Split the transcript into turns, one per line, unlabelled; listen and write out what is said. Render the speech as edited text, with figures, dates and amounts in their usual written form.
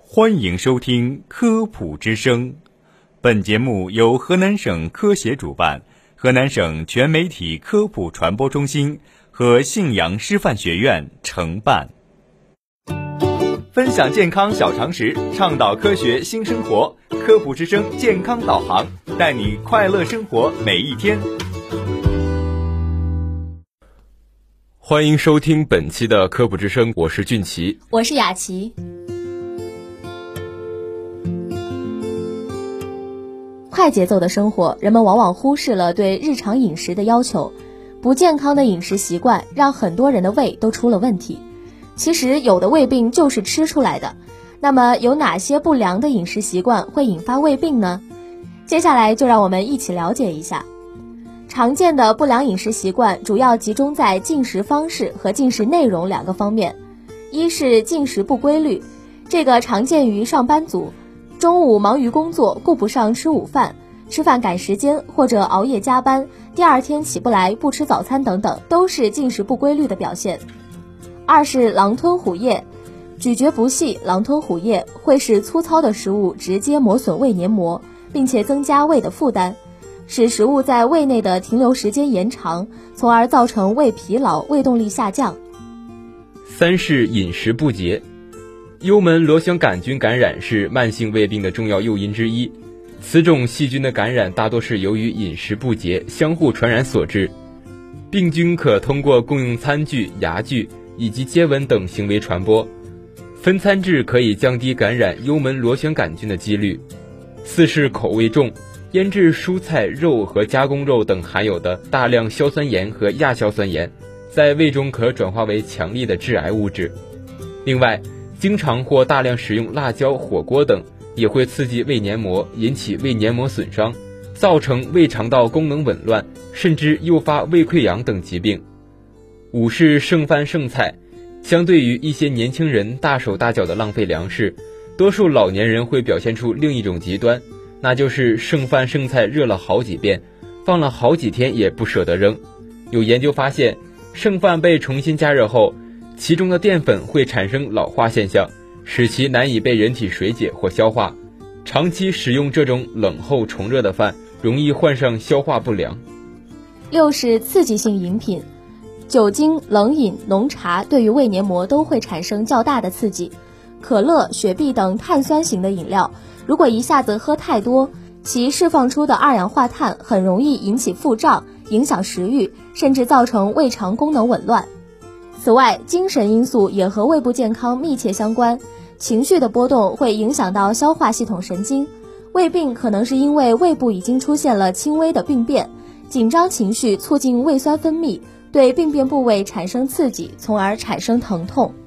欢迎收听科普之声，本节目由河南省科协主办，河南省全媒体科普传播中心和信阳师范学院承办。分享健康小常识，倡导科学新生活，科普之声健康导航，带你快乐生活每一天。
欢迎收听本期的科普之声，我是俊奇，
我是雅琪。快节奏的生活，人们往往忽视了对日常饮食的要求，不健康的饮食习惯让很多人的胃都出了问题。其实有的胃病就是吃出来的，那么有哪些不良的饮食习惯会引发胃病呢？接下来就让我们一起了解一下。常见的不良饮食习惯主要集中在进食方式和进食内容两个方面。一是进食不规律，这个常见于上班族，中午忙于工作顾不上吃午饭，吃饭赶时间或者熬夜加班，第二天起不来不吃早餐等等，都是进食不规律的表现。二是狼吞虎咽，咀嚼不细，狼吞虎咽会使粗糙的食物直接磨损胃黏膜，并且增加胃的负担，使食物在胃内的停留时间延长，从而造成胃疲劳、胃动力下降。
三是饮食不节，幽门螺旋杆菌感染是慢性胃病的重要诱因之一，此种细菌的感染大多是由于饮食不节相互传染所致。病菌可通过共用餐具、牙具以及接吻等行为传播，分餐制可以降低感染幽门螺旋杆菌的几率。四是口味重，腌制蔬菜、肉和加工肉等含有的大量硝酸盐和亚硝酸盐，在胃中可转化为强力的致癌物质。另外，经常或大量使用辣椒、火锅等也会刺激胃黏膜，引起胃黏膜损伤，造成胃肠道功能紊乱，甚至诱发胃溃疡等疾病。五是剩饭剩菜，相对于一些年轻人大手大脚的浪费粮食，多数老年人会表现出另一种极端，那就是剩饭剩菜热了好几遍，放了好几天也不舍得扔。有研究发现，剩饭被重新加热后，其中的淀粉会产生老化现象，使其难以被人体水解或消化。长期食用这种冷后重热的饭，容易患上消化不良。
六是刺激性饮品，酒精、冷饮、浓茶对于胃黏膜都会产生较大的刺激。可乐、雪碧等碳酸型的饮料，如果一下子喝太多，其释放出的二氧化碳很容易引起腹胀，影响食欲，甚至造成胃肠功能紊乱。此外，精神因素也和胃部健康密切相关，情绪的波动会影响到消化系统神经。胃病可能是因为胃部已经出现了轻微的病变，紧张情绪促进胃酸分泌，对病变部位产生刺激，从而产生疼痛。